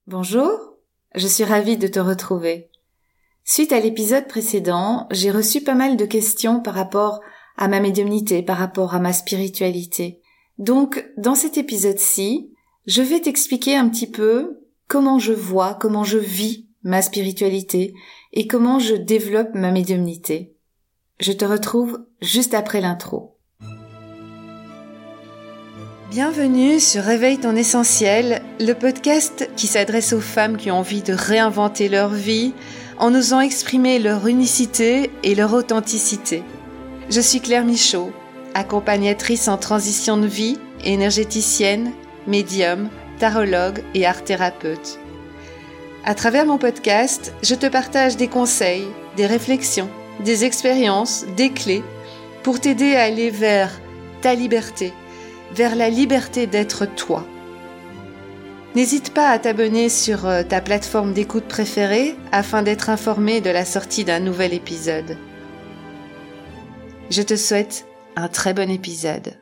Bonjour, je suis ravie de te retrouver. Suite à l'épisode précédent, j'ai reçu pas mal de questions par rapport à ma médiumnité, par rapport à ma spiritualité. Donc, dans cet épisode-ci, je vais t'expliquer un petit peu comment je vois, comment je vis ma spiritualité et comment je développe ma médiumnité. Je te retrouve juste après l'intro. Bienvenue sur Réveille ton essentiel, le podcast qui s'adresse aux femmes qui ont envie de réinventer leur vie en osant exprimer leur unicité et leur authenticité. Je suis Claire Michaud, accompagnatrice en transition de vie, énergéticienne, médium, tarologue et art-thérapeute. À travers mon podcast, je te partage des conseils, des réflexions, des expériences, des clés pour t'aider à aller vers ta liberté, vers la liberté d'être toi. N'hésite pas à t'abonner sur ta plateforme d'écoute préférée afin d'être informé de la sortie d'un nouvel épisode. Je te souhaite un très bon épisode.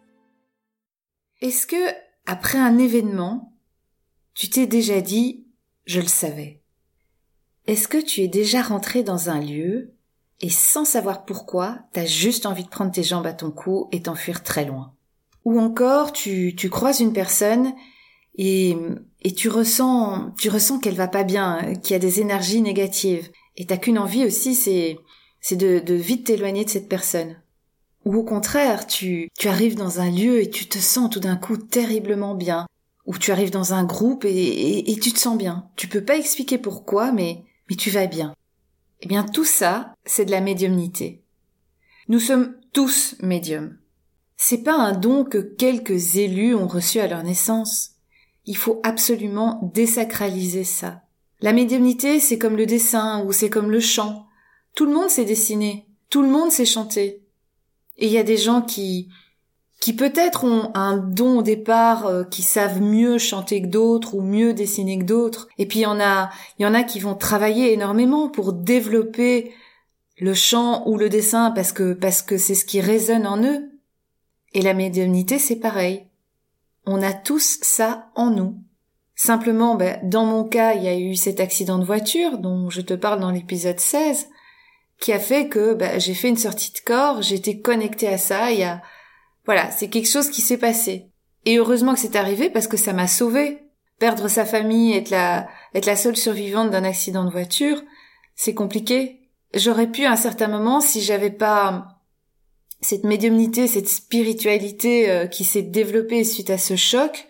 Est-ce que, après un événement, tu t'es déjà dit « je le savais » ? Est-ce que tu es déjà rentré dans un lieu et sans savoir pourquoi, t'as juste envie de prendre tes jambes à ton cou et t'enfuir très loin ? Ou encore, tu croises une personne et tu ressens qu'elle va pas bien, qu'il y a des énergies négatives. Et t'as qu'une envie aussi, c'est de vite t'éloigner de cette personne. Ou au contraire, tu arrives dans un lieu et tu te sens tout d'un coup terriblement bien. Ou tu arrives dans un groupe et tu te sens bien. Tu peux pas expliquer pourquoi, mais tu vas bien. Eh bien, tout ça, c'est de la médiumnité. Nous sommes tous médiums. C'est pas un don que quelques élus ont reçu à leur naissance. Il faut absolument désacraliser ça. La médiumnité, c'est comme le dessin ou c'est comme le chant. Tout le monde sait dessiner, tout le monde sait chanter. Et il y a des gens qui peut-être ont un don au départ, qui savent mieux chanter que d'autres ou mieux dessiner que d'autres. Et puis il y en a qui vont travailler énormément pour développer le chant ou le dessin parce que c'est ce qui résonne en eux. Et la médiumnité, c'est pareil. On a tous ça en nous. Simplement, dans mon cas, il y a eu cet accident de voiture dont je te parle dans l'épisode 16, qui a fait que j'ai fait une sortie de corps, j'étais connectée à ça, c'est quelque chose qui s'est passé. Et heureusement que c'est arrivé parce que ça m'a sauvée. Perdre sa famille, être la seule survivante d'un accident de voiture, c'est compliqué. J'aurais pu à un certain moment, si j'avais pas cette médiumnité, cette spiritualité qui s'est développée suite à ce choc,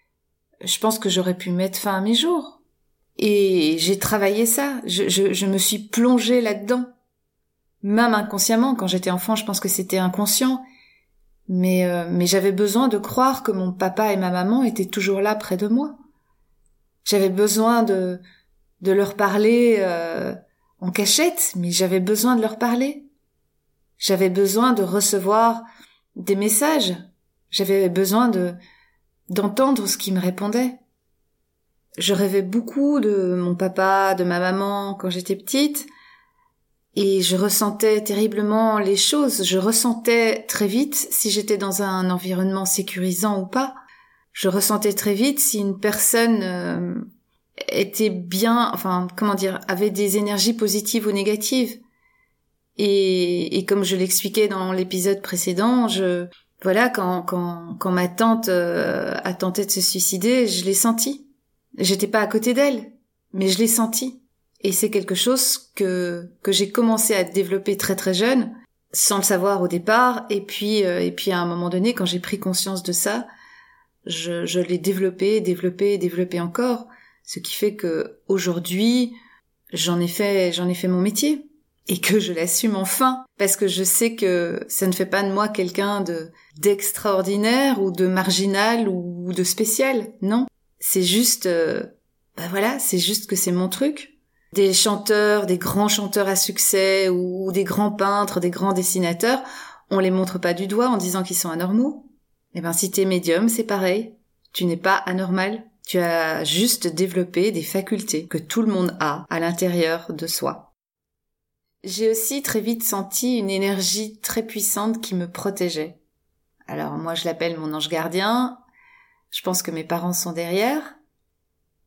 je pense que j'aurais pu mettre fin à mes jours. Et j'ai travaillé ça, je me suis plongée là-dedans. Même inconsciemment, quand j'étais enfant, je pense que c'était inconscient. Mais j'avais besoin de croire que mon papa et ma maman étaient toujours là près de moi. J'avais besoin de leur parler en cachette, mais j'avais besoin de leur parler. J'avais besoin de recevoir des messages. J'avais besoin d'entendre ce qu'ils me répondaient. Je rêvais beaucoup de mon papa, de ma maman quand j'étais petite, et je ressentais terriblement les choses. Je ressentais très vite si j'étais dans un environnement sécurisant ou pas. Je ressentais très vite si une personne était bien, avait des énergies positives ou négatives. Et comme je l'expliquais dans l'épisode précédent, quand ma tante a tenté de se suicider, je l'ai senti. J'étais pas à côté d'elle, mais je l'ai senti. Et c'est quelque chose que j'ai commencé à développer très très jeune, sans le savoir au départ. Et puis à un moment donné, quand j'ai pris conscience de ça, je l'ai développé encore. Ce qui fait que aujourd'hui, j'en ai fait mon métier. Et que je l'assume enfin, parce que je sais que ça ne fait pas de moi quelqu'un d'extraordinaire ou de marginal ou de spécial, non. C'est juste, c'est juste que c'est mon truc. Des chanteurs, des grands chanteurs à succès ou des grands peintres, des grands dessinateurs, on les montre pas du doigt en disant qu'ils sont anormaux. Eh ben, si t'es médium, c'est pareil. Tu n'es pas anormal. Tu as juste développé des facultés que tout le monde a à l'intérieur de soi. J'ai aussi très vite senti une énergie très puissante qui me protégeait. Alors moi je l'appelle mon ange gardien, je pense que mes parents sont derrière, je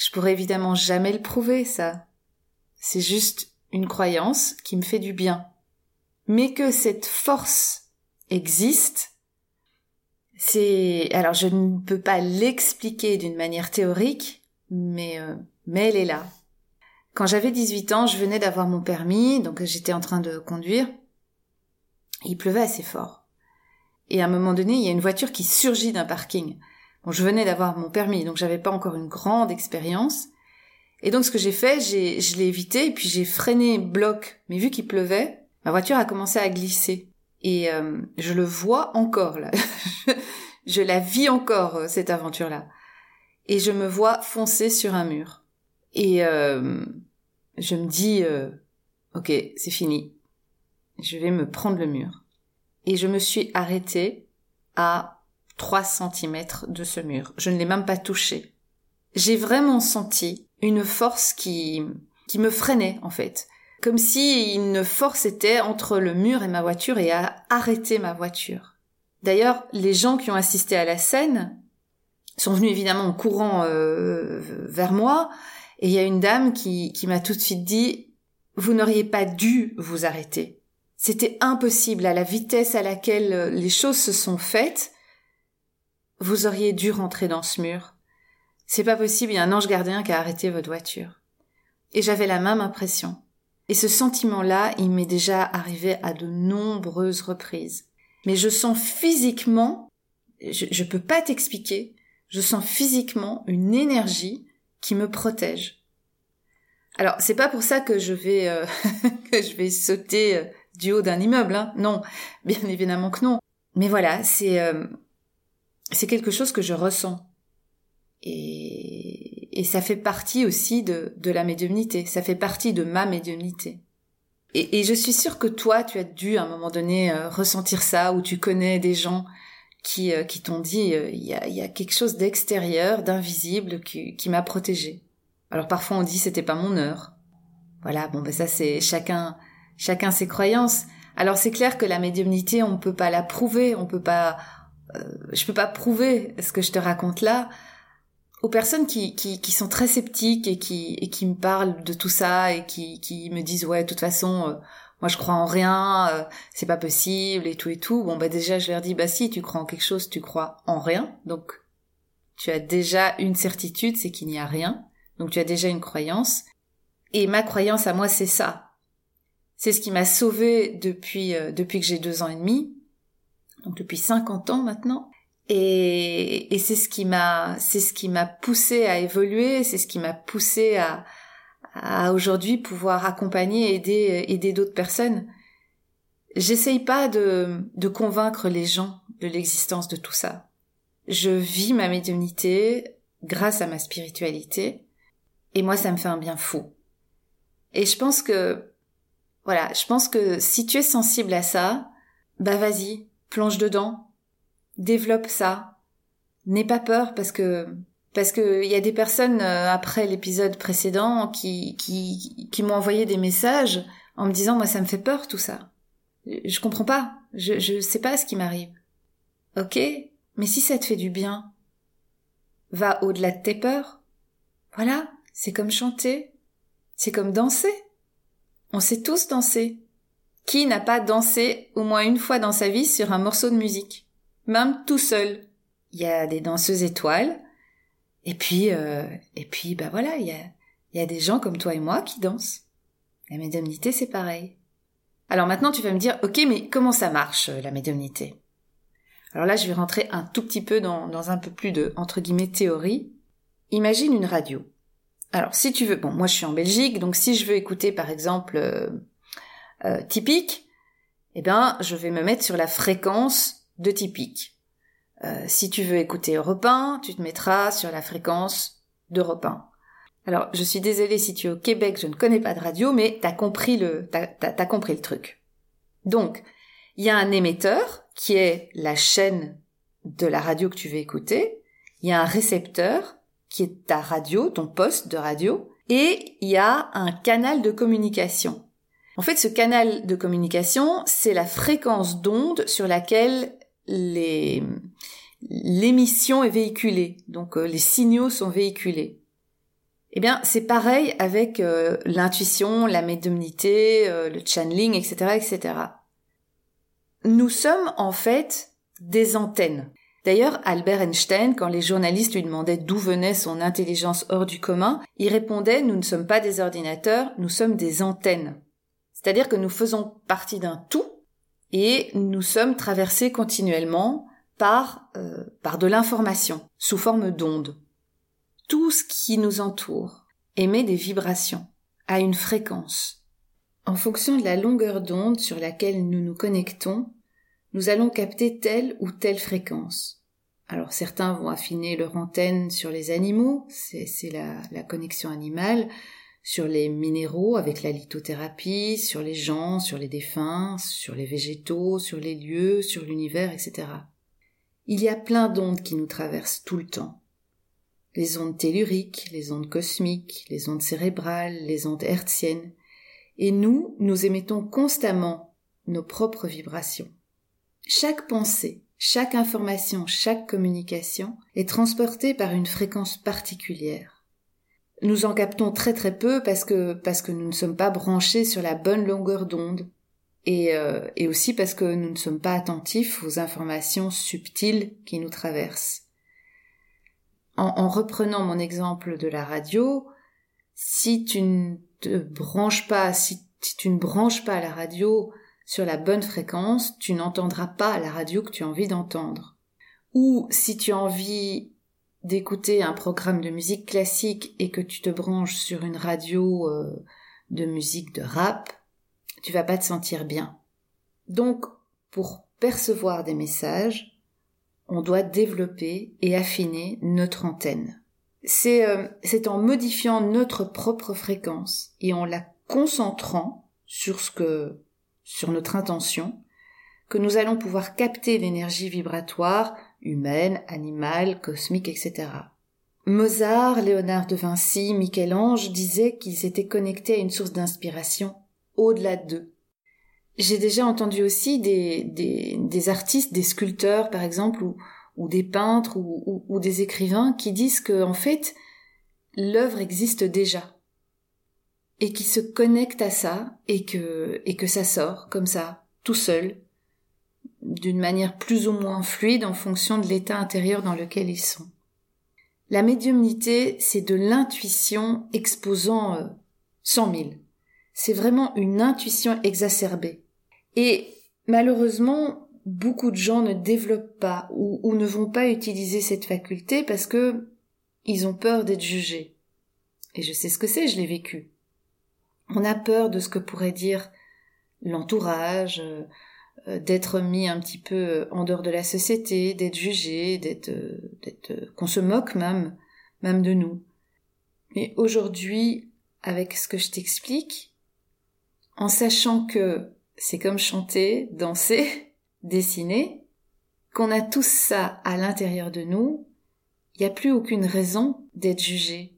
Je pourrais évidemment jamais le prouver, ça. C'est juste une croyance qui me fait du bien. Mais que cette force existe, alors je ne peux pas l'expliquer d'une manière théorique, mais elle est là. Quand j'avais 18 ans, je venais d'avoir mon permis, donc j'étais en train de conduire. Il pleuvait assez fort. Et à un moment donné, il y a une voiture qui surgit d'un parking. Bon, je venais d'avoir mon permis, donc j'avais pas encore une grande expérience. Et donc ce que j'ai fait, je l'ai évité, et puis j'ai freiné bloc. Mais vu qu'il pleuvait, ma voiture a commencé à glisser. Et je le vois encore, là. Je la vis encore, cette aventure-là. Et je me vois foncer sur un mur. Et je me dis, ok, c'est fini. Je vais me prendre le mur. Et je me suis arrêtée à 3 centimètres de ce mur. Je ne l'ai même pas touché. J'ai vraiment senti une force qui me freinait, en fait. Comme si une force était entre le mur et ma voiture et a arrêté ma voiture. D'ailleurs, les gens qui ont assisté à la scène sont venus évidemment en courant vers moi, et il y a une dame qui m'a tout de suite dit « Vous n'auriez pas dû vous arrêter. C'était impossible à la vitesse à laquelle les choses se sont faites. Vous auriez dû rentrer dans ce mur. C'est pas possible, il y a un ange gardien qui a arrêté votre voiture. » Et j'avais la même impression. Et ce sentiment-là, il m'est déjà arrivé à de nombreuses reprises. Mais je sens physiquement, je peux pas t'expliquer, je sens physiquement une énergie qui me protège. Alors, c'est pas pour ça que je vais que je vais sauter du haut d'un immeuble, hein. Non, bien évidemment que non. Mais voilà, c'est quelque chose que je ressens. Et ça fait partie aussi de la médiumnité, ça fait partie de ma médiumnité. Et je suis sûre que toi, tu as dû à un moment donné ressentir ça, ou tu connais des gens qui t'ont dit il y a quelque chose d'extérieur, d'invisible qui m'a protégée. Alors parfois on dit c'était pas mon heure. Voilà, bon ben ça c'est chacun ses croyances. Alors c'est clair que la médiumnité, on peut pas la prouver, je peux pas prouver ce que je te raconte là aux personnes qui sont très sceptiques et qui me parlent de tout ça et qui me disent ouais de toute façon moi je crois en rien, c'est pas possible et tout. Bon bah déjà je leur dis bah si tu crois en quelque chose, tu crois en rien. Donc tu as déjà une certitude, c'est qu'il n'y a rien. Donc tu as déjà une croyance. Et ma croyance à moi c'est ça. C'est ce qui m'a sauvée depuis que j'ai 2 ans et demi. Donc depuis 50 ans maintenant. Et c'est ce qui m'a poussée à évoluer, c'est ce qui m'a poussée à aujourd'hui pouvoir accompagner et aider d'autres personnes. J'essaye pas de convaincre les gens de l'existence de tout ça. Je vis ma médiumnité grâce à ma spiritualité, et moi ça me fait un bien fou. Et je pense que si tu es sensible à ça, bah vas-y, plonge dedans. Développe ça. N'aie pas peur parce que il y a des personnes après l'épisode précédent qui m'ont envoyé des messages en me disant moi ça me fait peur tout ça. Je comprends pas. Je sais pas ce qui m'arrive. OK, mais si ça te fait du bien, va au-delà de tes peurs. Voilà, c'est comme chanter, c'est comme danser. On sait tous danser. Qui n'a pas dansé au moins une fois dans sa vie sur un morceau de musique? Même tout seul. Il y a des danseuses étoiles, et puis bah voilà, il y a des gens comme toi et moi qui dansent. La médiumnité, c'est pareil. Alors maintenant, tu vas me dire, ok, mais comment ça marche, la médiumnité? Alors là, je vais rentrer un tout petit peu dans un peu plus de, entre guillemets, théorie. Imagine une radio. Alors, si tu veux, bon, moi je suis en Belgique, donc si je veux écouter, par exemple, Typique, eh ben, je vais me mettre sur la fréquence de Typique. Si tu veux écouter Europe 1, tu te mettras sur la fréquence d'Europe 1. Alors, je suis désolée si tu es au Québec, je ne connais pas de radio, mais t'as compris le truc. Donc, il y a un émetteur qui est la chaîne de la radio que tu veux écouter. Il y a un récepteur qui est ta radio, ton poste de radio. Et il y a un canal de communication. En fait, ce canal de communication, c'est la fréquence d'onde sur laquelle l'émission est véhiculée. Donc, les signaux sont véhiculés. Eh bien, c'est pareil avec l'intuition, la médiumnité, le channeling, etc., etc. Nous sommes en fait des antennes. D'ailleurs, Albert Einstein, quand les journalistes lui demandaient d'où venait son intelligence hors du commun, il répondait « Nous ne sommes pas des ordinateurs, nous sommes des antennes ». C'est-à-dire que nous faisons partie d'un tout et nous sommes traversés continuellement par de l'information, sous forme d'ondes. Tout ce qui nous entoure émet des vibrations, à une fréquence. En fonction de la longueur d'onde sur laquelle nous nous connectons, nous allons capter telle ou telle fréquence. Alors certains vont affiner leur antenne sur les animaux, c'est la connexion animale, sur les minéraux avec la lithothérapie, sur les gens, sur les défunts, sur les végétaux, sur les lieux, sur l'univers, etc. Il y a plein d'ondes qui nous traversent tout le temps. Les ondes telluriques, les ondes cosmiques, les ondes cérébrales, les ondes hertziennes. Et nous émettons constamment nos propres vibrations. Chaque pensée, chaque information, chaque communication est transportée par une fréquence particulière. Nous en captons très très peu parce que nous ne sommes pas branchés sur la bonne longueur d'onde et aussi parce que nous ne sommes pas attentifs aux informations subtiles qui nous traversent. En reprenant mon exemple de la radio, si tu ne branches pas la radio sur la bonne fréquence, tu n'entendras pas la radio que tu as envie d'entendre. Ou si tu as envie d'écouter un programme de musique classique et que tu te branches sur une radio de musique de rap, tu vas pas te sentir bien. Donc, pour percevoir des messages, on doit développer et affiner notre antenne. C'est en modifiant notre propre fréquence et en la concentrant sur notre intention que nous allons pouvoir capter l'énergie vibratoire humaine, animale, cosmique, etc. Mozart, Léonard de Vinci, Michel-Ange disaient qu'ils étaient connectés à une source d'inspiration au-delà d'eux. J'ai déjà entendu aussi des artistes, des sculpteurs par exemple, ou des peintres ou des écrivains qui disent que en fait l'œuvre existe déjà et qui se connectent à ça et que ça sort comme ça, tout seul, d'une manière plus ou moins fluide en fonction de l'état intérieur dans lequel ils sont. La médiumnité, c'est de l'intuition exposant 100 000. C'est vraiment une intuition exacerbée. Et malheureusement, beaucoup de gens ne développent pas ou ne vont pas utiliser cette faculté parce que ils ont peur d'être jugés. Et je sais ce que c'est, je l'ai vécu. On a peur de ce que pourrait dire l'entourage, d'être mis un petit peu en dehors de la société, d'être jugé, d'être qu'on se moque même de nous. Mais aujourd'hui, avec ce que je t'explique, en sachant que c'est comme chanter, danser, dessiner, qu'on a tout ça à l'intérieur de nous, il n'y a plus aucune raison d'être jugé.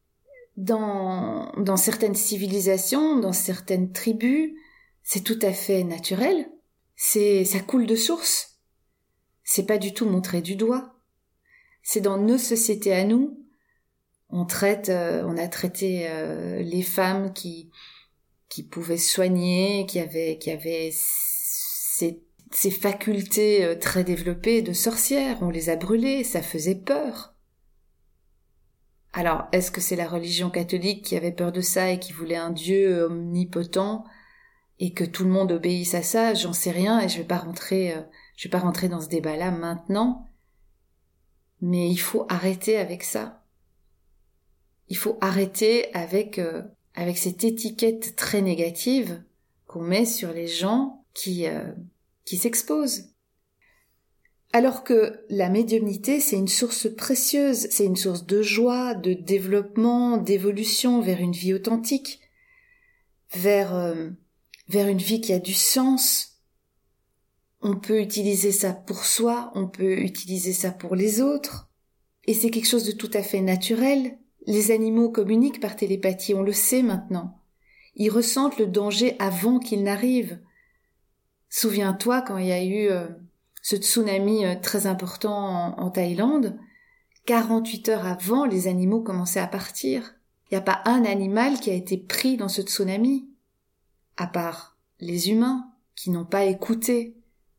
Dans certaines civilisations, dans certaines tribus, c'est tout à fait naturel. Ça coule de source. C'est pas du tout montré du doigt. C'est dans nos sociétés à nous. On a traité les femmes qui pouvaient soigner, qui avaient ces facultés très développées de sorcières. On les a brûlées, ça faisait peur. Alors, est-ce que c'est la religion catholique qui avait peur de ça et qui voulait un Dieu omnipotent et que tout le monde obéisse à ça? J'en sais rien et je vais pas rentrer dans ce débat-là maintenant. Mais il faut arrêter avec ça. Il faut arrêter avec cette étiquette très négative qu'on met sur les gens qui s'exposent. Alors que la médiumnité, c'est une source précieuse, c'est une source de joie, de développement, d'évolution vers une vie authentique, vers une vie qui a du sens. On peut utiliser ça pour soi, on peut utiliser ça pour les autres, et c'est quelque chose de tout à fait naturel. Les animaux communiquent par télépathie, on le sait maintenant. Ils ressentent le danger avant qu'il n'arrive. Souviens-toi quand il y a eu ce tsunami très important en Thaïlande, 48 heures avant, les animaux commençaient à partir. Il n'y a pas un animal qui a été pris dans ce tsunami, à part les humains qui n'ont pas écouté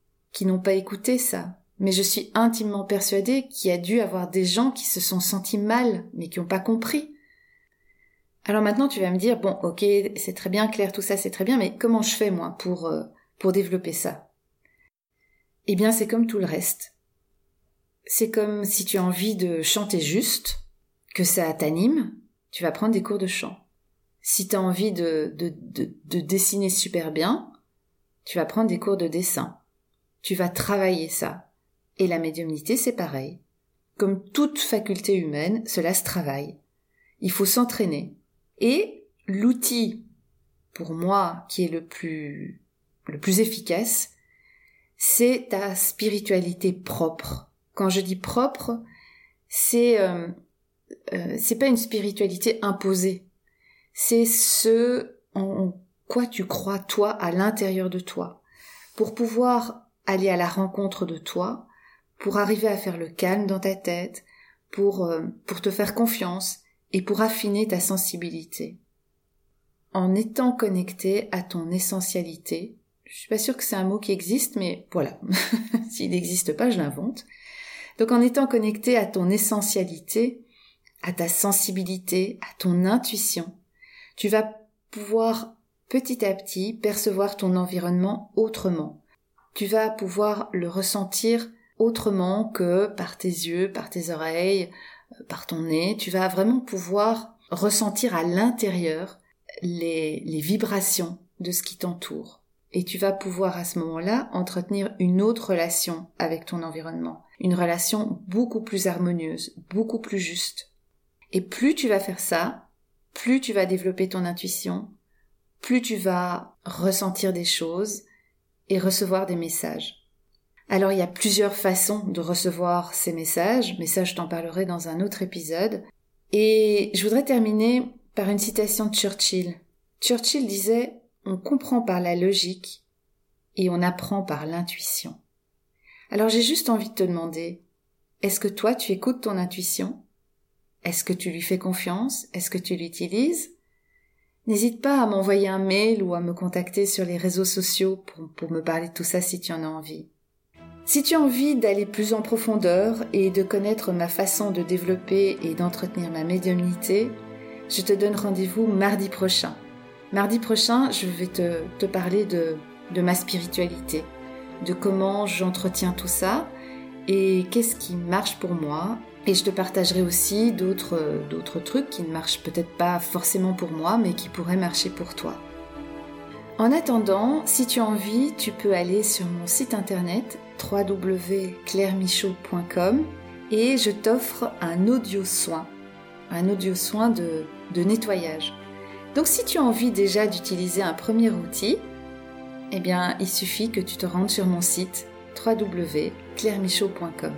ça. Mais je suis intimement persuadée qu'il y a dû avoir des gens qui se sont sentis mal, mais qui n'ont pas compris. Alors maintenant, tu vas me dire, bon, ok, c'est très bien, Claire, tout ça, c'est très bien, mais comment je fais, moi, pour développer ça? Eh bien, c'est comme tout le reste. C'est comme si tu as envie de chanter juste, que ça t'anime, tu vas prendre des cours de chant. Si tu as envie de dessiner super bien, tu vas prendre des cours de dessin. Tu vas travailler ça. Et la médiumnité, c'est pareil. Comme toute faculté humaine, cela se travaille. Il faut s'entraîner. Et l'outil, pour moi, qui est le plus efficace, c'est ta spiritualité propre. Quand je dis propre, c'est pas une spiritualité imposée. C'est ce en quoi tu crois toi à l'intérieur de toi. Pour pouvoir aller à la rencontre de toi, pour arriver à faire le calme dans ta tête, pour te faire confiance et pour affiner ta sensibilité. En étant connecté à ton essentialité, je suis pas sûre que c'est un mot qui existe, mais voilà, s'il n'existe pas, je l'invente. Donc en étant connecté à ton essentialité, à ta sensibilité, à ton intuition, tu vas pouvoir petit à petit percevoir ton environnement autrement. Tu vas pouvoir le ressentir autrement que par tes yeux, par tes oreilles, par ton nez. Tu vas vraiment pouvoir ressentir à l'intérieur les vibrations de ce qui t'entoure. Et tu vas pouvoir à ce moment-là entretenir une autre relation avec ton environnement. Une relation beaucoup plus harmonieuse, beaucoup plus juste. Et plus tu vas faire ça, plus tu vas développer ton intuition, plus tu vas ressentir des choses et recevoir des messages. Alors il y a plusieurs façons de recevoir ces messages, mais ça je t'en parlerai dans un autre épisode. Et je voudrais terminer par une citation de Churchill. Churchill disait « On comprend par la logique et on apprend par l'intuition ». Alors j'ai juste envie de te demander, est-ce que toi tu écoutes ton intuition ? Est-ce que tu lui fais confiance ? Est-ce que tu l'utilises ? N'hésite pas à m'envoyer un mail ou à me contacter sur les réseaux sociaux pour me parler de tout ça si tu en as envie. Si tu as envie d'aller plus en profondeur et de connaître ma façon de développer et d'entretenir ma médiumnité, je te donne rendez-vous mardi prochain. Mardi prochain, je vais te parler de ma spiritualité, de comment j'entretiens tout ça et qu'est-ce qui marche pour moi. Et je te partagerai aussi d'autres trucs qui ne marchent peut-être pas forcément pour moi, mais qui pourraient marcher pour toi. En attendant, si tu as envie, tu peux aller sur mon site internet www.clairemichaud.com et je t'offre un audio soin de nettoyage. Donc si tu as envie déjà d'utiliser un premier outil, eh bien il suffit que tu te rendes sur mon site www.clairemichaud.com.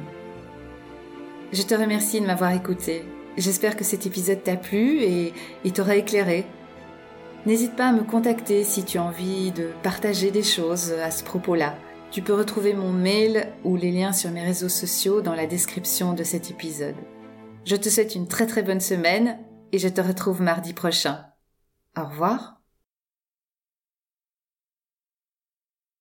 Je te remercie de m'avoir écouté. J'espère que cet épisode t'a plu et t'aura éclairé. N'hésite pas à me contacter si tu as envie de partager des choses à ce propos-là. Tu peux retrouver mon mail ou les liens sur mes réseaux sociaux dans la description de cet épisode. Je te souhaite une très très bonne semaine et je te retrouve mardi prochain. Au revoir.